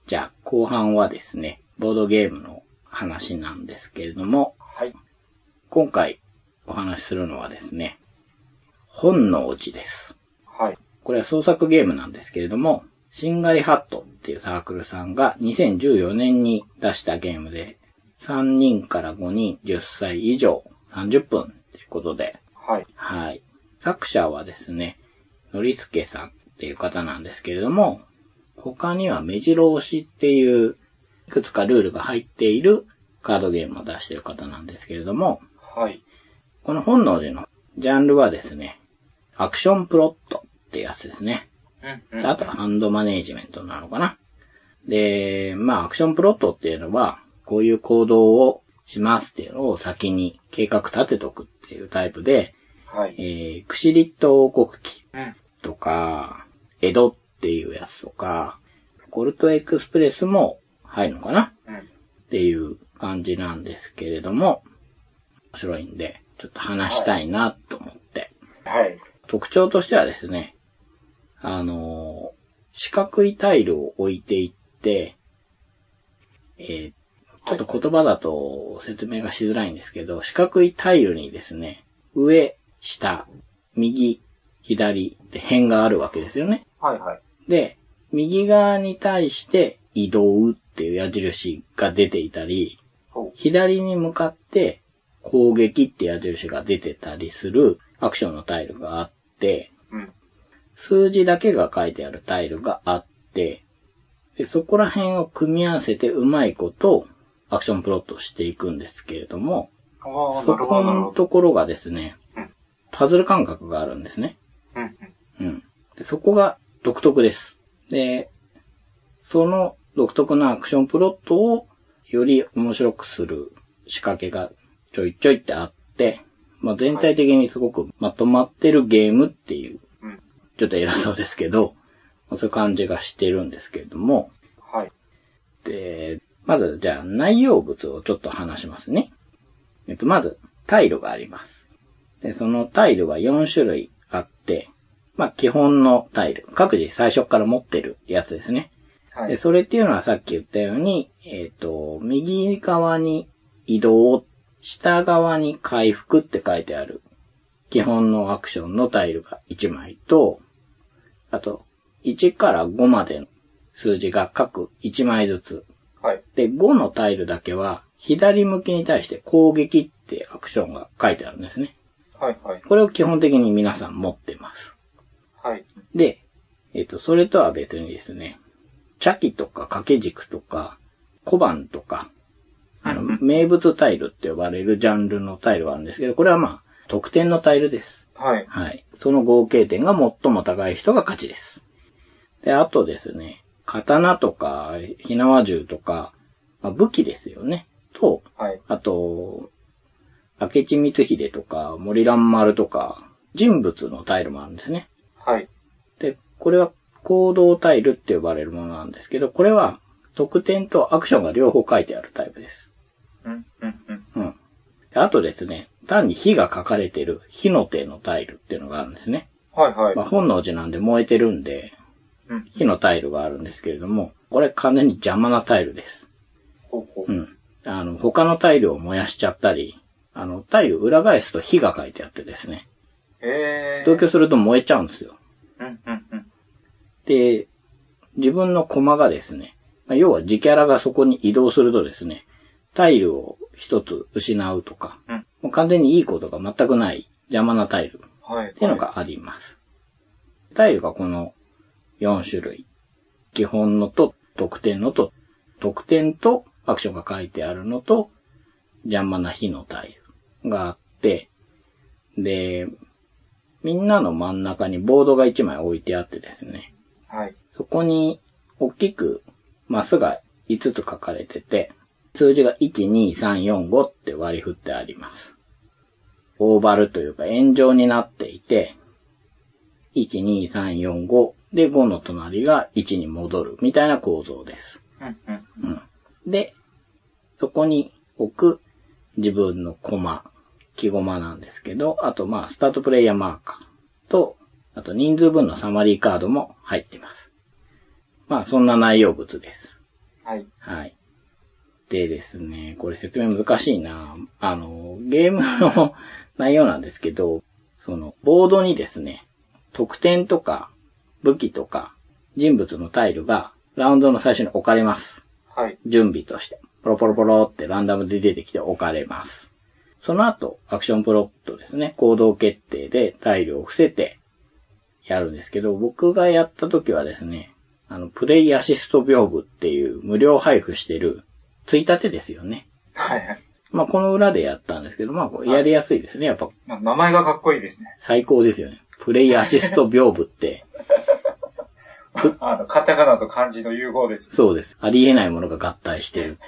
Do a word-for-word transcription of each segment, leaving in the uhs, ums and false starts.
じゃあ、後半はですね、ボードゲームの話なんですけれども、 はい。 今回お話しするのはですね、本能寺です。 はい。 これは創作ゲームなんですけれども、しんがりハットっていうサークルさんがにせんじゅうよねんに出したゲームで、さんにんからごにん、じゅっさい以上、さんじゅっぷんということで、 はい。 はい。作者はですね、のりすけさんっていう方なんですけれども、他には目白押しっていういくつかルールが入っているカードゲームを出している方なんですけれども、 はい。 この本能寺のジャンルはですね、アクションプロットってやつですね。 うんうん、 あとはハンドマネージメントなのかな。で、まあアクションプロットっていうのは、こういう行動をしますっていうのを先に計画立てとくっていうタイプで、 はい。 えー、クシリット王国記うんとか、江戸っていうやつとか、コルトエクスプレスも入るのかな、 うん、 っていう感じなんですけれども、面白いんで、ちょっと話したいなと思って。 はい。 特徴としてはですね、あのー、四角いタイルを置いていって、えー、ちょっと言葉だと説明がしづらいんですけど、四角いタイルにですね、上、下、右、左って辺があるわけですよね。 はいはい。 で、右側に対して移動っていう矢印が出ていたり、左に向かって攻撃って矢印が出てたりするアクションのタイルがあって、 うん、 数字だけが書いてあるタイルがあって、でそこら辺を組み合わせてうまいことアクションプロットしていくんですけれども、 あそこのところがですね、 うん、 パズル感覚があるんですね。 うんうん、でそこが独特です。で、その独特なアクションプロットをより面白くする仕掛けがちょいちょいってあって、まあ、全体的にすごくまとまってるゲームっていう、 はい、 ちょっと偉そうですけど、そういう感じがしてるんですけれども、 はい。 で、まずじゃあ内容物をちょっと話しますね。えっと、まずタイルがあります。で、そのタイルはよんしゅるいあって、まあ基本のタイル、各自最初から持ってるやつですね。 はい、 でそれっていうのはさっき言ったように、えっと、右側に移動、下側に回復って書いてある基本のアクションのタイルがいちまいと、あと、いちからごまでの数字が各いちまいずつ。 はい。 で、ごのタイルだけは、左向きに対して攻撃ってアクションが書いてあるんですね。 はいはい。 これを基本的に皆さん持ってます。 はい。 で、えっと、それとは別にですね、茶器とか掛け軸とか小判とか、あの、名物タイルって呼ばれるジャンルのタイルがあるんですけど、これはまあ、得点のタイルです。 はい。 はい。その合計点が最も高い人が勝ちです。で、あとですね、刀とか、火縄銃とか、まあ、武器ですよね。と、 はい。 あと、明智光秀とか、森蘭丸とか、人物のタイルもあるんですね。 はい。 で、これは行動タイルって呼ばれるものなんですけど、これは得点とアクションが両方書いてあるタイプです。 うん、うん、うん。 うん。あとですね、単に火が書かれてる火の手のタイルっていうのがあるんですね。 はいはい。 まあ、本能寺なんで燃えてるんで、 うん、 火のタイルがあるんですけれども、これ完全に邪魔なタイルです。 ほうほう。 うん。あの、他のタイルを燃やしちゃったり、あの、タイル裏返すと火が書いてあってですね。 へー。 同居すると燃えちゃうんですよ。 うん、うん、うん。 で、自分の駒がですね、要は自キャラがそこに移動するとですね、タイルを一つ失うとか、 うん、 もう完全にいいことが全くない邪魔なタイルはい。 っていうのがあります。タイルがこのよんしゅるい。基本のと、得点のと、得点とアクションが書いてあるのと、邪魔な火のタイルがあって、で、みんなの真ん中にボードがいちまい置いてあってですね、 はい。 そこに大きくマスがいつつ書かれてて、数字がいち、に、さん、よん、ごって割り振ってあります。オーバルというか円状になっていて、いち、に、さん、よん、ごでごの隣がいちに戻るみたいな構造です。 うんうんうん、で、そこに置く自分のコマ、木駒なんですけど、あとまあスタートプレイヤーマーカーと、あと人数分のサマリーカードも入っています。まあそんな内容物です。 はい。 はい。でですね、これ説明難しいな。あの、ゲームの内容なんですけど、その、ボードにですね、得点とか、武器とか、人物のタイルが、ラウンドの最初に置かれます。 はい。 準備として。ポロポロポロってランダムで出てきて置かれます。その後、アクションプロットですね、行動決定でタイルを伏せてやるんですけど、僕がやった時はですね、あの、プレイアシスト屏風っていう無料配布してる、ついたてですよね。 はいはい。 まあ、この裏でやったんですけど、まあ、やりやすいですね、やっぱ。 まあ、名前がかっこいいですね。 最高ですよね。プレイアシスト屏風って。 あの、カタカナと漢字の融合です。 そうです。ありえないものが合体してるって。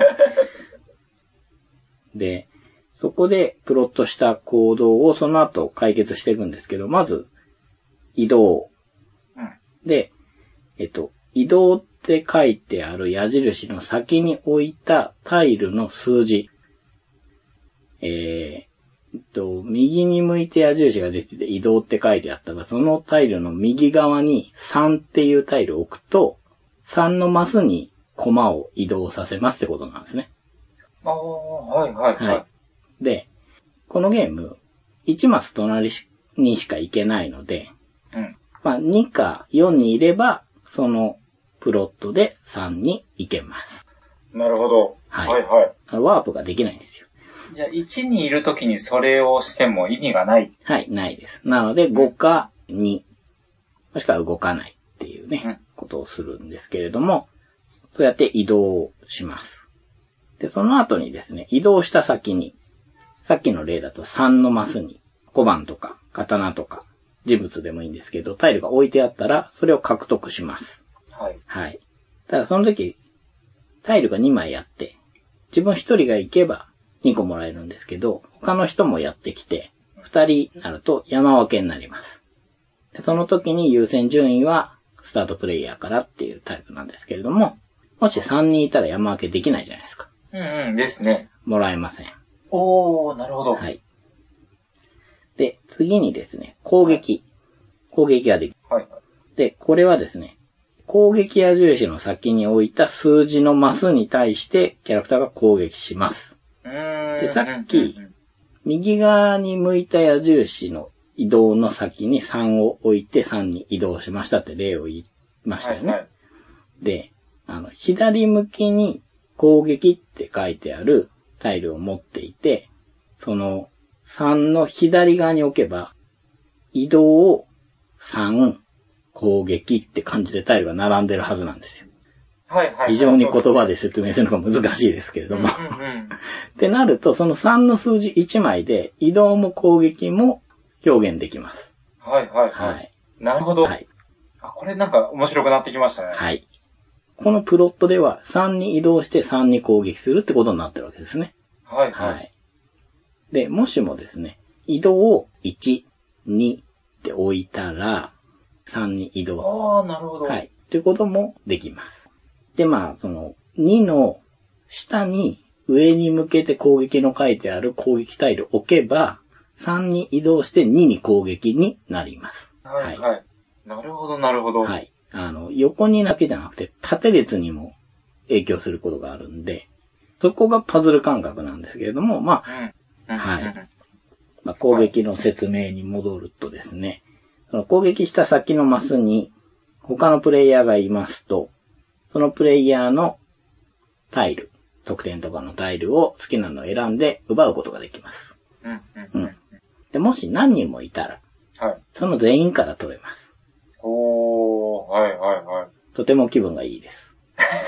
で、そこでプロットした行動をその後解決していくんですけど、まず、移動。 うん、で、 えっと、移動って書いてある矢印の先に置いたタイルの数字。えー、えっと、右に向いて矢印が出てて移動って書いてあったら、そのタイルの右側にさんっていうタイルを置くと、さんのマスにコマを移動させますってことなんですね。 ああ、はいはいはい。はい。 で、このゲーム、いちマス隣にしか行けないので、 うん。 まあ、にかよんにいれば、そのプロットでさんに行けます。 なるほど。 はい。 はいはい。 ワープができないんですよ。 じゃあ、いちにいるときにそれをしても意味がない。 はい、ないです。なので、ごかに、もしくは動かないっていうね、うん、ことをするんですけれども、そうやって移動します。で、その後にですね、移動した先に、さっきの例だとさんのマスに小判とか刀とか事物でもいいんですけど、タイルが置いてあったら、それを獲得します。 はい。 はい。ただその時、タイルがにまいあって、自分ひとりが行けばにこもらえるんですけど、他の人もやってきて、ふたりになると山分けになります。でその時に優先順位はスタートプレイヤーからっていうタイプなんですけれども、もしさんにんいたら山分けできないじゃないですか。 うんうんですね。 もらえません。 おー、なるほど。 はい。で、次にですね、攻撃。攻撃ができる。 はい。 で、これはですね、攻撃矢印の先に置いた数字のマスに対してキャラクターが攻撃します。 うーんで、さっき、右側に向いた矢印の移動の先にさんを置いてさんに移動しましたって例を言いましたよね。はいはい、で、あの、左向きに攻撃って書いてあるタイルを持っていて、そのさんの左側に置けば、移動をさん、攻撃って感じでタイルが並んでるはずなんですよ。 はいはい、はい。 非常に言葉で説明するのが難しいですけれども。 うんうんうん、 ってなると、そのさんの数字いちまいで移動も攻撃も表現できます。 はいはいはい。はい、なるほど。はい。あ、これなんか面白くなってきましたね。 はい。このプロットではさんに移動してさんに攻撃するってことになってるわけですね。 はいはい。はい、 で、もしもですね、移動をいち、にって置いたら、さんに移動。 ああ、なるほど。 はい。ということもできます。で、まあ、その、にの下に上に向けて攻撃の書いてある攻撃タイルを置けば、さんに移動してにに攻撃になります。 はい、はい。はい。なるほど、なるほど。 はい。あの、横にだけじゃなくて、縦列にも影響することがあるんで、そこがパズル感覚なんですけれども、まあ、うん、はい。まあ、攻撃の説明に戻るとですね、その攻撃した先のマスに他のプレイヤーがいますと、そのプレイヤーのタイル、得点とかのタイルを好きなのを選んで奪うことができます。 うん。 うん。で、もし何人もいたら、はい。その全員から取れます。 おー、はいはいはい。 とても気分がいいです。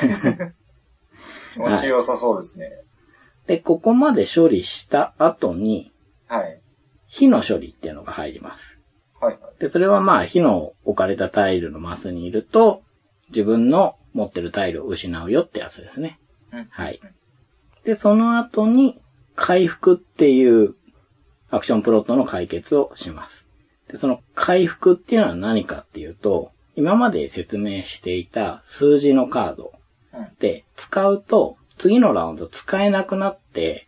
気持ちよさそうですね、はい。 で、ここまで処理した後に、 はい。 火の処理っていうのが入ります。 はい。 で、それはまあ火の置かれたタイルのマスにいると、自分の持ってるタイルを失うよってやつですね。 うん、 はい。で、その後に回復っていうアクションプロットの解決をします。で、その回復っていうのは何かっていうと、今まで説明していた数字のカードで使うと次のラウンド使えなくなって、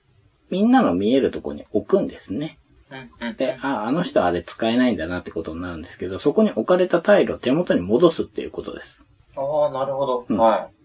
みんなの見えるところに置くんですね。で、あ、あの人あれ使えないんだなってことになるんですけど、そこに置かれたタイルを手元に戻すっていうことです。 ああ、なるほど。うん、は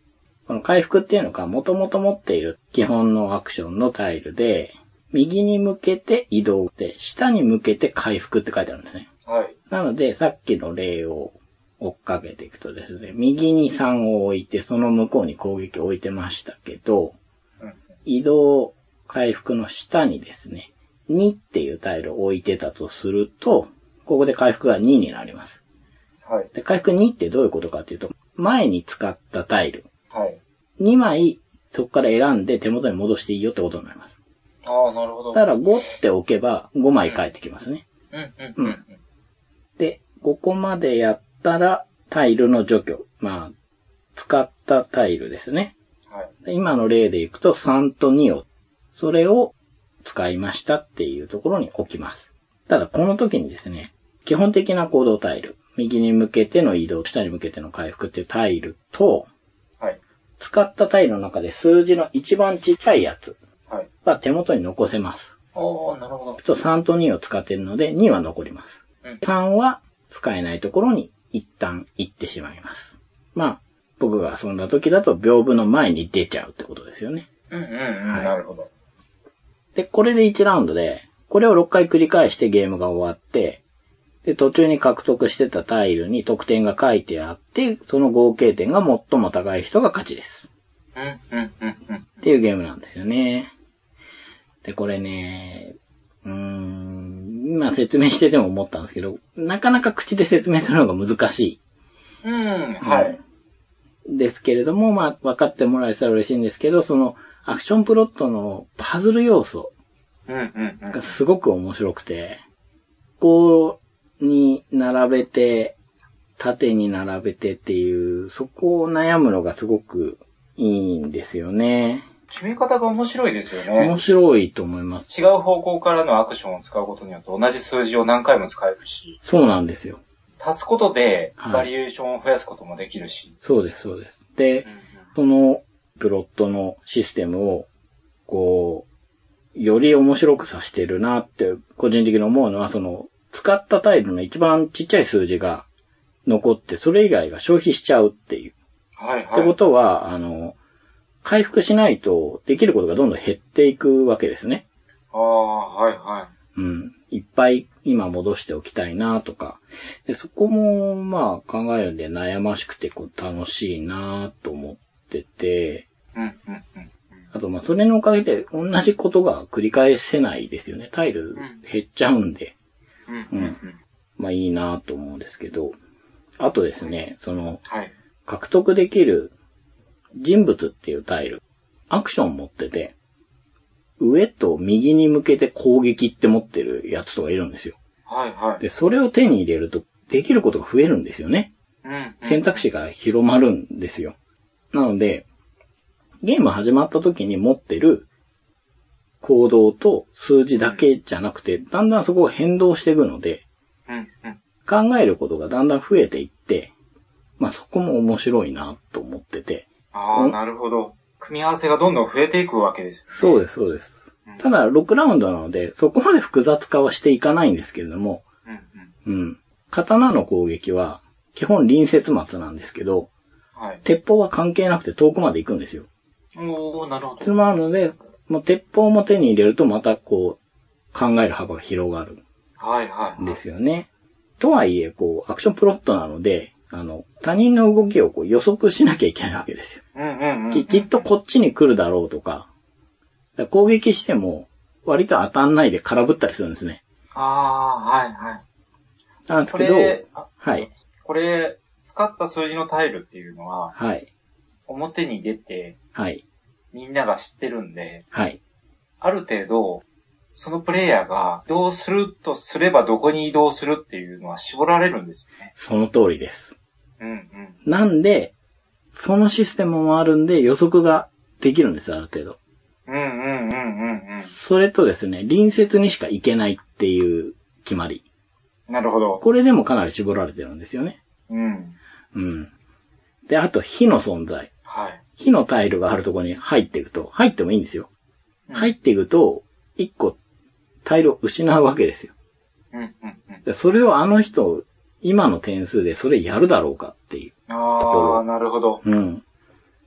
この回復っていうのが元々持っている基本のアクションのタイルで、右に向けて移動で、下に向けて回復って書いてあるんですね。 はい。 なので、さっきの例を追っかけていくとですね、右にさんを置いて、その向こうに攻撃を置いてましたけど、うん、移動回復の下にですね、にっていうタイルを置いてたとすると、ここで回復がにになります。 はい。 で、回復にってどういうことかっていうと、前に使ったタイル。 はい。 にまい、そこから選んで手元に戻していいよってことになります。 ああ、なるほど。 だからごって置けばごまい返ってきますね。 うん、うん、うん。うん、 で、ここまでやったら、タイルの除去。まあ、使ったタイルですね。 はい。 で今の例でいくとさんとにを、それを使いましたっていうところに置きます。ただ、この時にですね、基本的な行動タイル、右に向けての移動、下に向けての回復っていうタイルと、 はい。 使ったタイルの中で数字の一番ちっちゃいやつは手元に残せます。 おー、なるほど。 とさんとにを使っているのでには残ります。うん、さんは使えないところに一旦行ってしまいます。まあ、僕が遊んだ時だと屏風の前に出ちゃうってことですよね。 うんうんうん、はい、なるほど。 で、これでいちラウンドで、これをろっかい繰り返してゲームが終わって、で、途中に獲得してたタイルに得点が書いてあって、その合計点が最も高い人が勝ちです。 うんうんうんうん。 っていうゲームなんですよね。で、これね、うーん、今説明してても思ったんですけど、なかなか口で説明するのが難しい。 うん、はい。 ですけれども、まあ、分かってもらえたら嬉しいんですけど、その、アクションプロットのパズル要素がすごく面白くて、こうに並べて、縦に並べてっていう、そこを悩むのがすごくいいんですよね。 決め方が面白いですよね。 面白いと思います。 違う方向からのアクションを使うことによって同じ数字を何回も使えるし。 そうなんですよ。 足すことでバリエーションを増やすこともできるし。 はい、そうです、そうです。で、うんうん、そのプロットのシステムを、こう、より面白くさせてるなって個人的に思うのは、その、使ったタイルの一番ちっちゃい数字が残って、それ以外が消費しちゃうっていう。 はいはい。 ってことは、あの、回復しないとできることがどんどん減っていくわけですね。 ああ、はいはい。 うん。いっぱい今戻しておきたいなとか。で、そこも、まあ考えるんで悩ましくてこう楽しいなと思ってて。 うんうんうん。 あと、まあそれのおかげで同じことが繰り返せないですよね。タイル減っちゃうんで。 うんうんうんうん、 まあいいなと思うんですけど。あとですね、その、 はい、 獲得できる人物っていうタイル、アクション持ってて、上と右に向けて攻撃って持ってるやつとかいるんですよ。 はいはい。 で、それを手に入れるとできることが増えるんですよね。 うんうん、 選択肢が広まるんですよ。なので、ゲーム始まった時に持ってる行動と数字だけじゃなくて、だんだんそこが変動していくので、 うんうん、 考えることがだんだん増えていって、まあそこも面白いなと思ってて。 ああ、なるほど。組み合わせがどんどん増えていくわけです、ね。 そうです、そうです。うん、ただ、ろくラウンドなので、そこまで複雑化はしていかないんですけれども、 うんうんうん、刀の攻撃は、基本隣接末なんですけど、 はい、 鉄砲は関係なくて遠くまで行くんですよ。 おー、なるほど。 それもあるので、もう鉄砲も手に入れるとまたこう、考える幅が広がる。 はいはい。 ですよね。とはいえ、こう、アクションプロットなので、あの、他人の動きをこう予測しなきゃいけないわけですよ。 うんうんうんうん、 き, きっとこっちに来るだろうとか、か攻撃しても割と当たんないで空振ったりするんですね。 ああ、はいはい。 なんですけど、はい。 これ、使った数字のタイルっていうのは、 はい。 表に出て、 はい。 みんなが知ってるんで、 はい。 ある程度、そのプレイヤーが移動するとすればどこに移動するっていうのは絞られるんですよね。 その通りです。 うんうん。 なんで、そのシステムもあるんで予測ができるんです、ある程度。 うんうんうんうんうん。 それとですね、隣接にしか行けないっていう決まり。 なるほど。 これでもかなり絞られてるんですよね。 うん。 うん。で、あと火の存在。 はい。 火のタイルがあるところに入っていくと、入ってもいいんですよ。うん、入っていくと、一個タイルを失うわけですよ。 うんうんうん。 でそれをあの人、今の点数でそれやるだろうかっていう。 ああ、なるほど。 うん。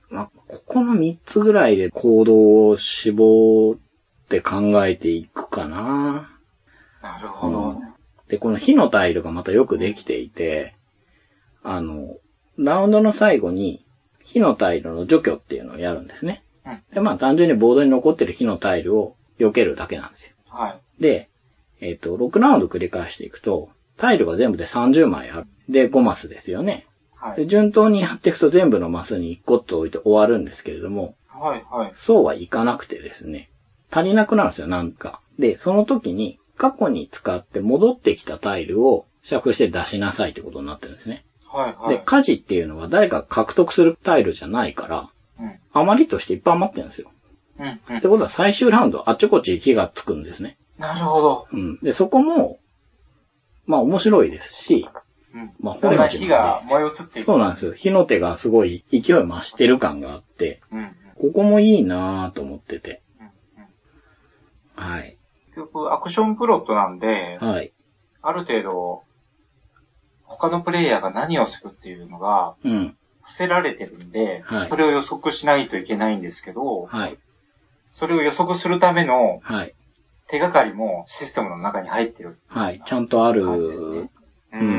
まあ、ここのみっつぐらいで行動を絞って考えていくかな。 なるほど、うん。 で、この火のタイルがまたよくできていて、あの、ラウンドの最後に火のタイルの除去っていうのをやるんですね。うん、で、まあ単純にボードに残ってる火のタイルを避けるだけなんですよ。 はい。 で、えっと、ろくラウンド繰り返していくと、タイルが全部でさんじゅうまいある。で、ごマスですよね。はい。で、順当にやっていくと全部のマスにいっこっと置いて終わるんですけれども、 はいはい。 そうはいかなくてですね、足りなくなるんですよ、なんか。で、その時に過去に使って戻ってきたタイルをシャッフルして出しなさいってことになってるんですね。 はいはい。 で、火事っていうのは誰か獲得するタイルじゃないから、うん、余りとしていっぱい余ってるんですよ。うんうん、ってことは最終ラウンドあっちこっち火がつくんですね。 なるほど。 うん。で、そこも、まあ面白いですし、 うん、まあ本来火が燃え移っていく。 そうなんですよ。火の手がすごい勢い増してる感があって、うんうん、ここもいいなぁと思ってて。うんうん、はい。 結局アクションプロットなんで、 はい。 ある程度、他のプレイヤーが何をするっていうのが、うん。伏せられてるんで、はい、それを予測しないといけないんですけど、はい。それを予測するための、はい。手がかりもシステムの中に入ってる。 はい。ちゃんとある。 感じですね。うん。うん、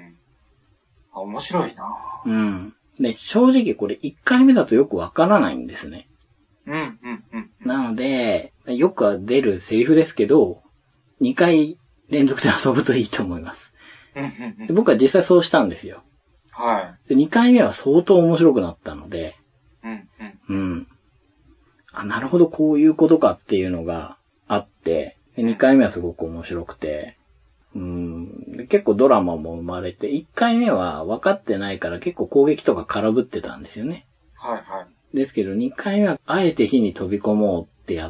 あ、面白いな。 うん。で、正直これいっかいめだとよくわからないんですね。 うん、うん、うん。 なので、よく出るセリフですけど、にかい連続で遊ぶといいと思います。で僕は実際そうしたんですよ。 はい。 で、にかいめは相当面白くなったので、 うん、うん。 うん。あ、なるほど、こういうことかっていうのがあって、でにかいめはすごく面白くて、うん、で結構ドラマも生まれて、いっかいめは分かってないから結構攻撃とか空振ってたんですよね。 はいはい。 ですけどにかいめはあえて火に飛び込もうってやって、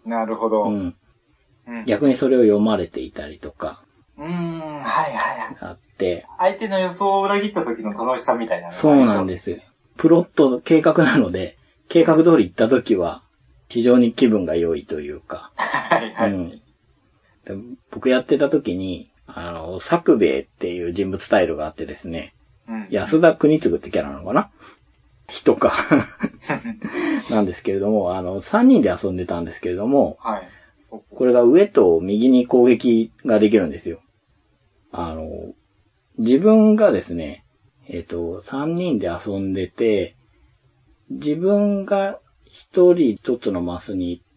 なるほど。 うん。うん、逆にそれを読まれていたりとか。 うーん、はいはいはい。 あって。 相手の予想を裏切った時の楽しさみたいなのがそうなんです。プロット計画なので、計画通り行った時は非常に気分が良いというか。 はいはい。うん、 で僕やってた時に、あの、作兵衛っていう人物スタイルがあってですね、うん、安田国次ってキャラなのかな人か。なんですけれども、あの、さんにんで遊んでたんですけれども、はい、これが上と右に攻撃ができるんですよ。あの、自分がですね、えっと、さんにんで遊んでて、自分がひとりひとつのマスに行って、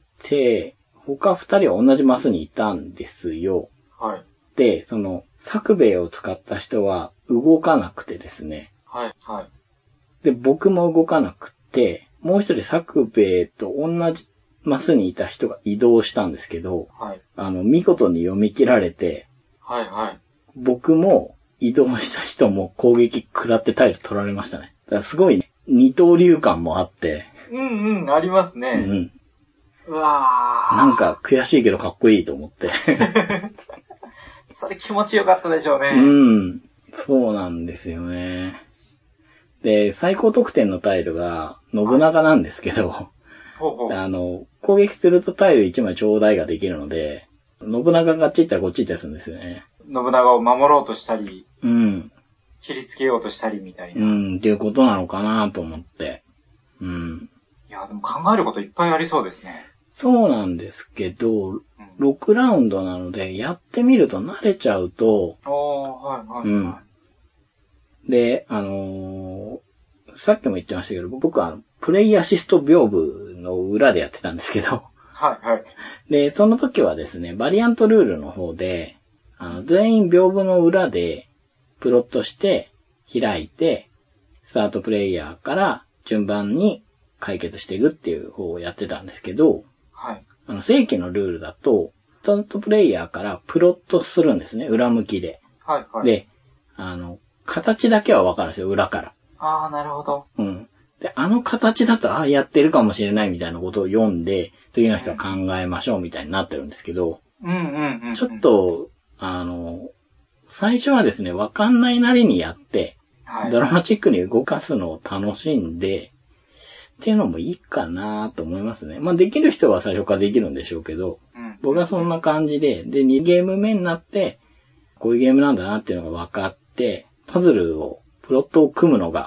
他ふたりは同じマスにいたんですよ。 はい。 で、その、作兵衛を使った人は動かなくてですね。 はい、はい。 で、僕も動かなくて、もう一人作兵衛と同じマスにいた人が移動したんですけど、はい。あの、見事に読み切られて、 はい、はい。 僕も移動した人も攻撃食らってタイル取られましたね。だからすごい、ね、二刀流感もあって。 うんうん、ありますね。 うん。 うわー。 なんか悔しいけどかっこいいと思って。 それ気持ちよかったでしょうね。 うん。そうなんですよね。で、最高得点のタイルが信長なんですけど、はい、ほうほうあの、攻撃するとタイルいちまいちょうだいができるので、信長があっち行ったらこっち行ったりするんですよね。 信長を守ろうとしたり、 うん。 切りつけようとしたりみたいな。 うん、っていうことなのかなと思って。うん。 いや、でも考えることいっぱいありそうですね。 そうなんですけど、うん、ろくラウンドなので、やってみると慣れちゃうと、 ああ、はいはい、はい。うん。 で、あのー、さっきも言ってましたけど、僕はプレイアシスト屏風の裏でやってたんですけど、 はいはい。 で、その時はですね、バリアントルールの方で、あの全員屏風の裏でプロットして開いて、スタートプレイヤーから順番に解決していくっていう方をやってたんですけど、 はい。 あの正規のルールだと、スタートプレイヤーからプロットするんですね、裏向きで。 はいはい。 で、あの、形だけはわかるんですよ、裏から。 ああ、なるほど。 うん。で、あの形だと、ああ、やってるかもしれないみたいなことを読んで、次の人は考えましょうみたいになってるんですけど、 うんうんうん、うん。ちょっと、あの、最初はですね、わかんないなりにやって、はい、ドラマチックに動かすのを楽しんで、っていうのもいいかなと思いますね。まあ、できる人は最初からできるんでしょうけど、うん、僕はそんな感じで、で、にゲーム目になって、こういうゲームなんだなっていうのが分かって、パズルを、プロットを組むのが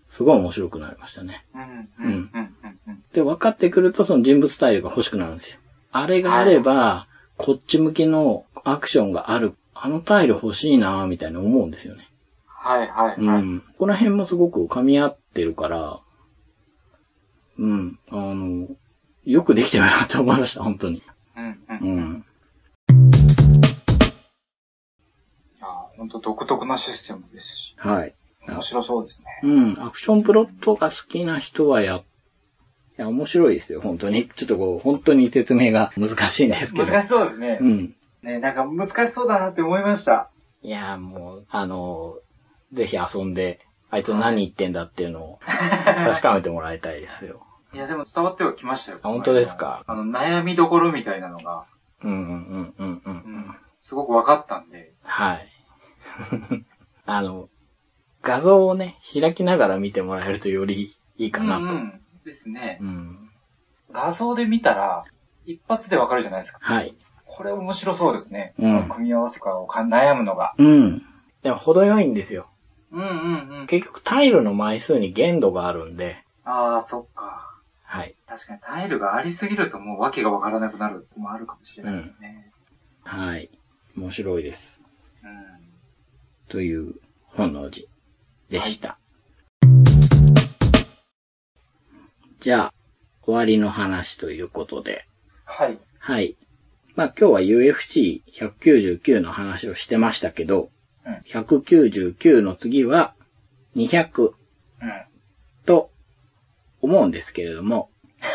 すごい面白くなりましたね。 うん。うん。うん。うん。 で、分かってくるとその人物スタイルが欲しくなるんですよ。あれがあれば、はい、こっち向きのアクションがある。あのタイル欲しいなぁ、みたいな思うんですよね。 はいはいはい。 うん。この辺もすごく噛み合ってるから、うん。あの、よくできてるなって思いました、本当に。 うん。うん。うん。いや、本当独特なシステムですし。 はい。 面白そうですね。 うん。アクションプロットが好きな人はや、いや、面白いですよ、本当に。ちょっとこう、本当に説明が難しいんですけど。 難しそうですね。 うん。 ね、なんか難しそうだなって思いました。 いや、もう、あの、ぜひ遊んで、あいつ何言ってんだっていうのを確かめてもらいたいですよ。 いや、でも伝わってはきましたよ。 本当ですか？ あの、悩みどころみたいなのが。 うんうんうんうんうん。うん、 すごく分かったんで。 はい。あの、画像をね、開きながら見てもらえるとよりいいかなと。うんうん、 ですね。 うん。 画像で見たら、一発で分かるじゃないですか。 はい。 これ面白そうですね。うん。組み合わせかを悩むのが。 うん。でも程よいんですよ。 うんうんうん。 結局タイルの枚数に限度があるんで。 ああ、そっか。 はい。 確かにタイルがありすぎるともう訳がわからなくなるのもあるかもしれないですね。 うん、はい。面白いです。 うん。 という本能寺でした。はい、じゃあ、終わりの話ということで。 はい。 はい。まあ今日は ユーエフシーひゃくきゅうじゅうきゅう の話をしてましたけど、うん、ひゃくきゅうじゅうきゅうの次はにひゃく、うん、と思うんですけれども、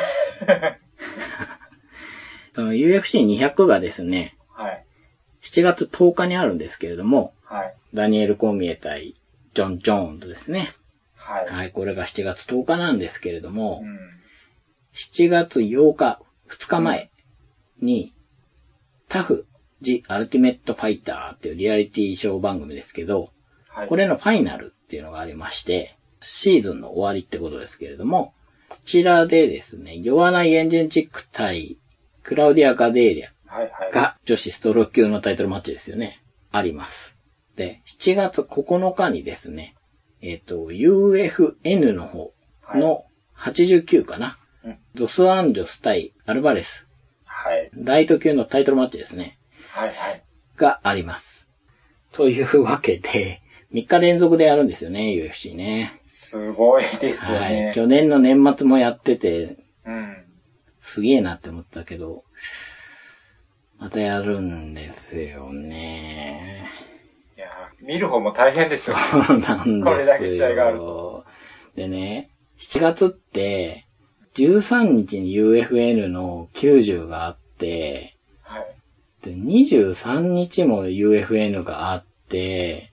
その ユーエフシーにひゃく がですね、はい、しちがつとおかにあるんですけれども、はい、ダニエル・コミエ対ジョン・ジョーンズですね。はい。はい、これがしちがつとおかなんですけれども、うん、しちがつようか、ふつかまえに、タフ・ジ・アルティメット・ファイターっていうリアリティショー番組ですけど、はい、これのファイナルっていうのがありまして、シーズンの終わりってことですけれども、こちらでですね、ヨアナイ・エンジェンチック対クラウディア・ガデーリアが女子ストローク級のタイトルマッチですよね。あります。で、しちがつここのかにですね、えっと、ユーエフエヌ の方のはちじゅうきゅうかな。はい、ドス・アンジョス対アルバレス。はい。ライト級のタイトルマッチですね。はいはい。があります。というわけで、みっか連続でやるんですよね、ユーエフシー ね。 すごいですよね。 はい。去年の年末もやってて、うん。すげえなって思ったけど、またやるんですよね。 いや、見る方も大変ですよ。 そうなんですよ。 これだけ試合があると。 でね、しちがつって、じゅうさんにちに ユーエフエヌ のきゅうじゅうがあって、はい。で、にじゅうさんにちも ユーエフエヌ があって、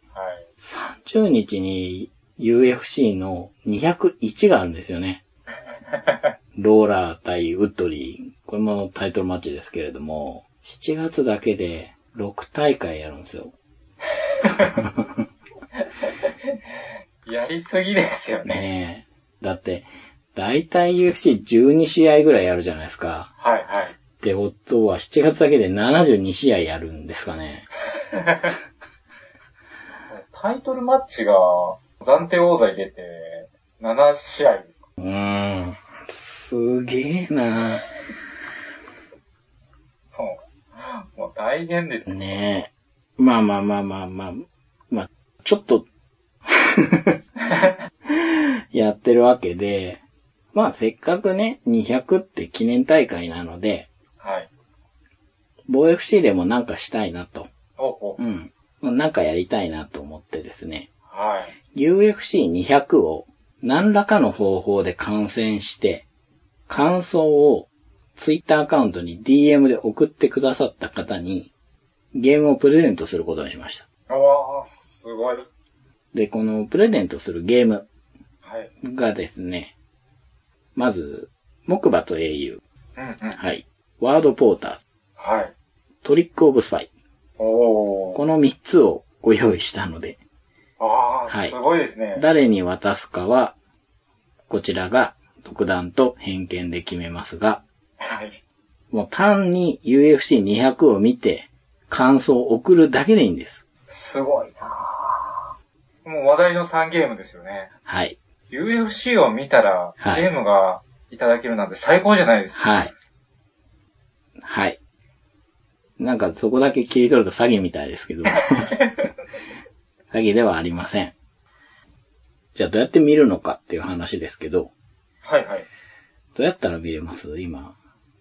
はい。さんじゅうにちに ユーエフシー のにひゃくいちがあるんですよね。ローラー対ウッドリー。これもタイトルマッチですけれども、しちがつだけでろくたいかいやるんですよ。 やりすぎですよね。 ねえ。だって、だいたい ユーエフシーじゅうにしあいぐらいやるじゃないですか。 はいはい。 で、夫はしちがつだけでななじゅうにしあいやるんですかね。 タイトルマッチが暫定王座に出てななしあいですか？ うーん。すげえなぁ。 もう、もう大変ですねえ。まあまあまあまあまあ。まあ、ちょっと、やってるわけで、まあせっかくね、にひゃくって記念大会なので、はい。ボーエフシー でもなんかしたいなと。 おお。 うん。なんかやりたいなと思ってですね。 はい。 ユーエフシーにひゃく を何らかの方法で観戦して、感想をツイッターアカウントに ディーエム で送ってくださった方に、ゲームをプレゼントすることにしました。 ああ、すごい。 で、このプレゼントするゲームがですね、まず、木馬と英雄。うんうん、はい。ワードポーター。はい。トリックオブスパイ。おー。このみっつをご用意したので。 ああ、はい。すごいですね。 誰に渡すかは、こちらが独断と偏見で決めますが、はい。もう単に ユーエフシーにひゃく を見て、感想を送るだけでいいんです。 すごいなぁ。もう話題のさんゲームですよね。 はい。 ユーエフシー を見たら、ゲームがいただけるなんて最高じゃないですか。 はい。はい。なんかそこだけ切り取ると詐欺みたいですけど。詐欺ではありません。じゃあどうやって見るのかっていう話ですけど。 はいはい。 どうやったら見れます今。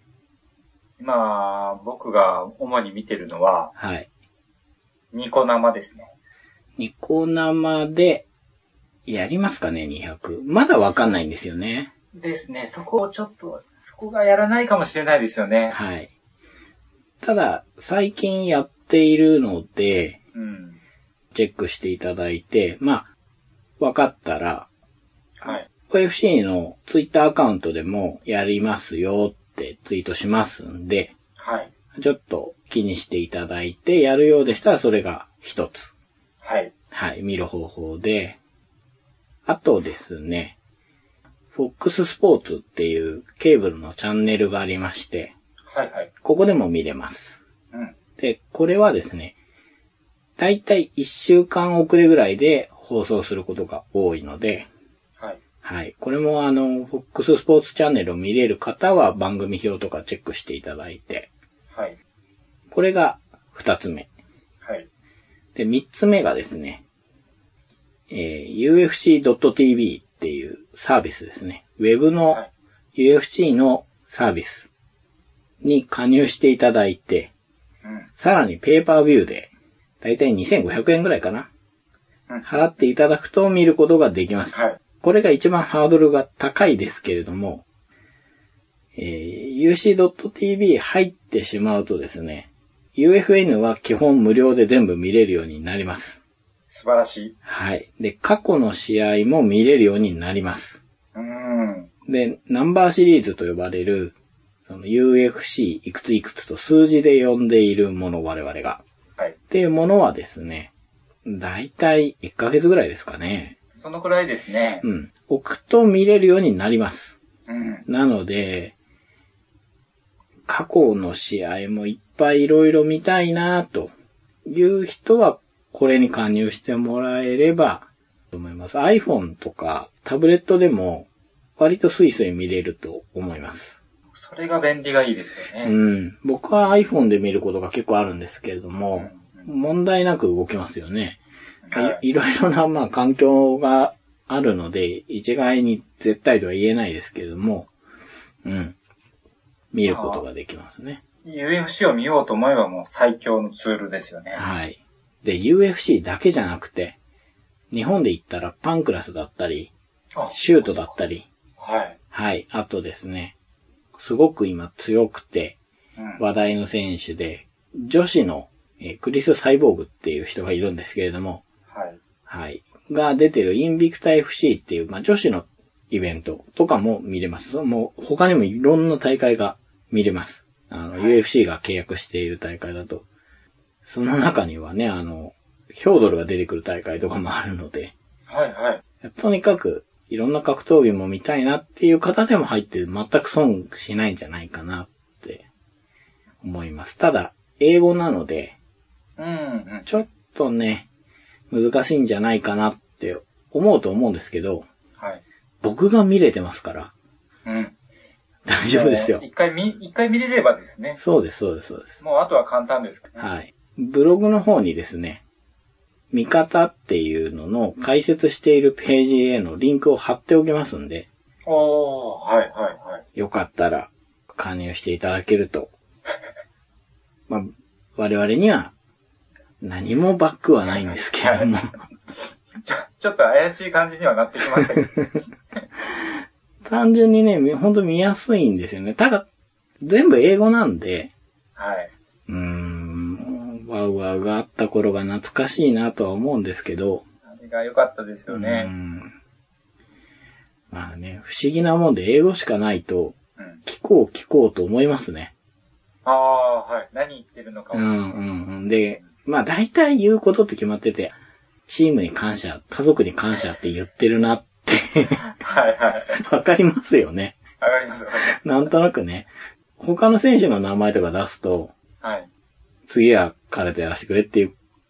今、僕が主に見てるのは、 はい。 ニコ生ですね。 ニコ生で、やりますかね、にひゃく。まだわかんないんですよね。 ですね。そこをちょっと、そこがやらないかもしれないですよね。 はい。ただ、最近やっているので、 うん、 チェックしていただいて、まあ、わかったら、 はい。 オーエフシー のツイッターアカウントでもやりますよってツイートしますんで、 はい。 ちょっと気にしていただいて、やるようでしたらそれが一つ。 はい。 はい、見る方法で、あとですね、フォックス スポーツっていうケーブルのチャンネルがありまして、 はいはい。 ここでも見れます。 うん。 で、これはですね、だいたいいっしゅうかん遅れぐらいで放送することが多いので、 はい。 はい。これもあの、フォックス スポーツチャンネルを見れる方は番組表とかチェックしていただいて、 はい。 これが二つ目。 はい。 で、三つ目がですね、えー、ユーエフシードットティービー っていうサービスですね。ウェブの ユーエフシー のサービスに加入していただいて、 うん、 さらにペーパービューで、だいたいにせんごひゃくえんぐらいかな、うん。払っていただくと見ることができます。 はい、 これが一番ハードルが高いですけれども、えー、ユーシードットティービー 入ってしまうとですね、ユーエフエヌ は基本無料で全部見れるようになります。 素晴らしい。 はい。で、過去の試合も見れるようになります。 うーん。 で、ナンバーシリーズと呼ばれる、その ユーエフシー いくついくつと数字で呼んでいるもの、我々が。 はい。 っていうものはですね、だいたいいっかげつぐらいですかね。 そのくらいですね。 うん。置くと見れるようになります。 うん。 なので、過去の試合もいっぱいいろいろ見たいなという人は、これに加入してもらえればと思います。iPhone とかタブレットでも割とスイスイ見れると思います。 それが便利がいいですよね。 うん。僕は iPhone で見ることが結構あるんですけれども、うんうん、問題なく動きますよね。はい、いろいろな、まあ、環境があるので、一概に絶対とは言えないですけれども、うん。見ることができますね。 ユーエフシー を見ようと思えばもう最強のツールですよね。 はい。で、ユーエフシー だけじゃなくて、日本で言ったらパンクラスだったり、シュートだったり、 はい。 はい。あとですね、すごく今強くて話題の選手で、うん、女子のクリス・サイボーグっていう人がいるんですけれども、 はい。 はい。が出てるインビクタ エフシー っていう、まあ、女子のイベントとかも見れます。もう他にもいろんな大会が見れます。あの、はい、ユーエフシー が契約している大会だと。その中にはね、あの、ヒョードルが出てくる大会とかもあるので。 はいはい。 とにかく、いろんな格闘技も見たいなっていう方でも入って全く損しないんじゃないかなって思います。ただ、英語なので、 うんうん、 ちょっとね、難しいんじゃないかなって思うと思うんですけど、 はい、 僕が見れてますから、 うん、 大丈夫ですよ。 一回見、一回見れればですね。 そうです、そうです、そうです。 もうあとは簡単ですかね。はい。ブログの方にですね、見方っていうのの解説しているページへのリンクを貼っておきますんで、 おー、はいはいはい。 よかったら加入していただけると、まあ、我々には何もバックはないんですけれどもちょ、ちょっと怪しい感じにはなってきましたけど。 単純にね、ほんと見やすいんですよね。ただ、全部英語なんで、 はい。 うーん、ワウワウがあった頃が懐かしいなとは思うんですけど。 あれが良かったですよね。 うん、まあね、不思議なもんで英語しかないと、聞こう聞こうと思いますね。 ああ、はい。何言ってるのか。 うんうんうん。で、まあ大体言うことって決まってて、チームに感謝、家族に感謝って言ってるなってはいはい。 わかりますよね。 わかりますわかります。 なんとなくね、他の選手の名前とか出すと、 はい。 次は彼とやらせてくれっていう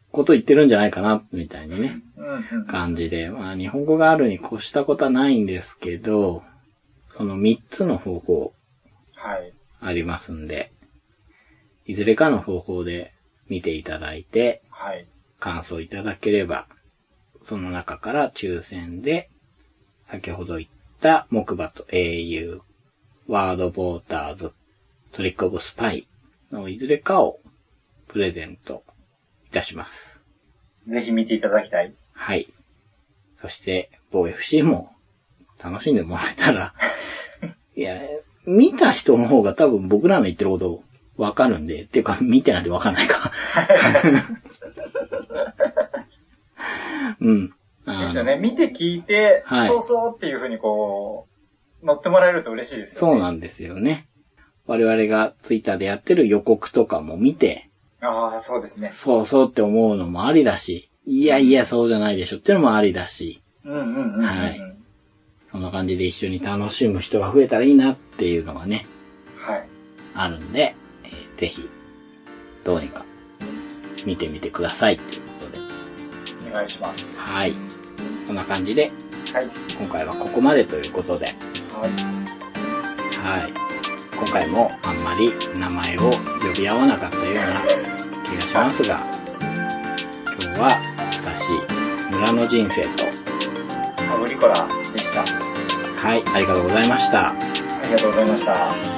こと言ってるんじゃないかな、みたいにね、感じで。まあ、日本語があるに越したことはないんですけど、そのみっつの方法、ありますんで、はい、いずれかの方法で見ていただいて、はい、感想いただければ、その中から抽選で、先ほど言った木馬と英雄、ワードボーターズ、トリックオブスパイのいずれかをプレゼントいたします。 ぜひ見ていただきたい。 はい。そして、某 エフシー も楽しんでもらえたら、いや、見た人の方が多分僕らの言ってることわかるんで、っていうか見てないとわかんないか。うん。 ですよね。見て聞いて、はい、そうそうっていう風にこう、乗ってもらえると嬉しいですよね。 そうなんですよね。我々がツイッターでやってる予告とかも見て、 ああ、そうですね。 そうそうって思うのもありだし、いやいやそうじゃないでしょっていうのもありだし、 うんうんうんうん、 はい。そんな感じで一緒に楽しむ人が増えたらいいなっていうのがね、 はい。 あるんで、えー、ぜひ、どうにか見てみてくださいということで。 お願いします。 はい。こんな感じで、 はい。 今回はここまでということで、はい。はい。今回もあんまり名前を呼び合わなかったような気がしますが、今日は私、村の人生と、 アグリコラでした。 はい、ありがとうございました。 ありがとうございました。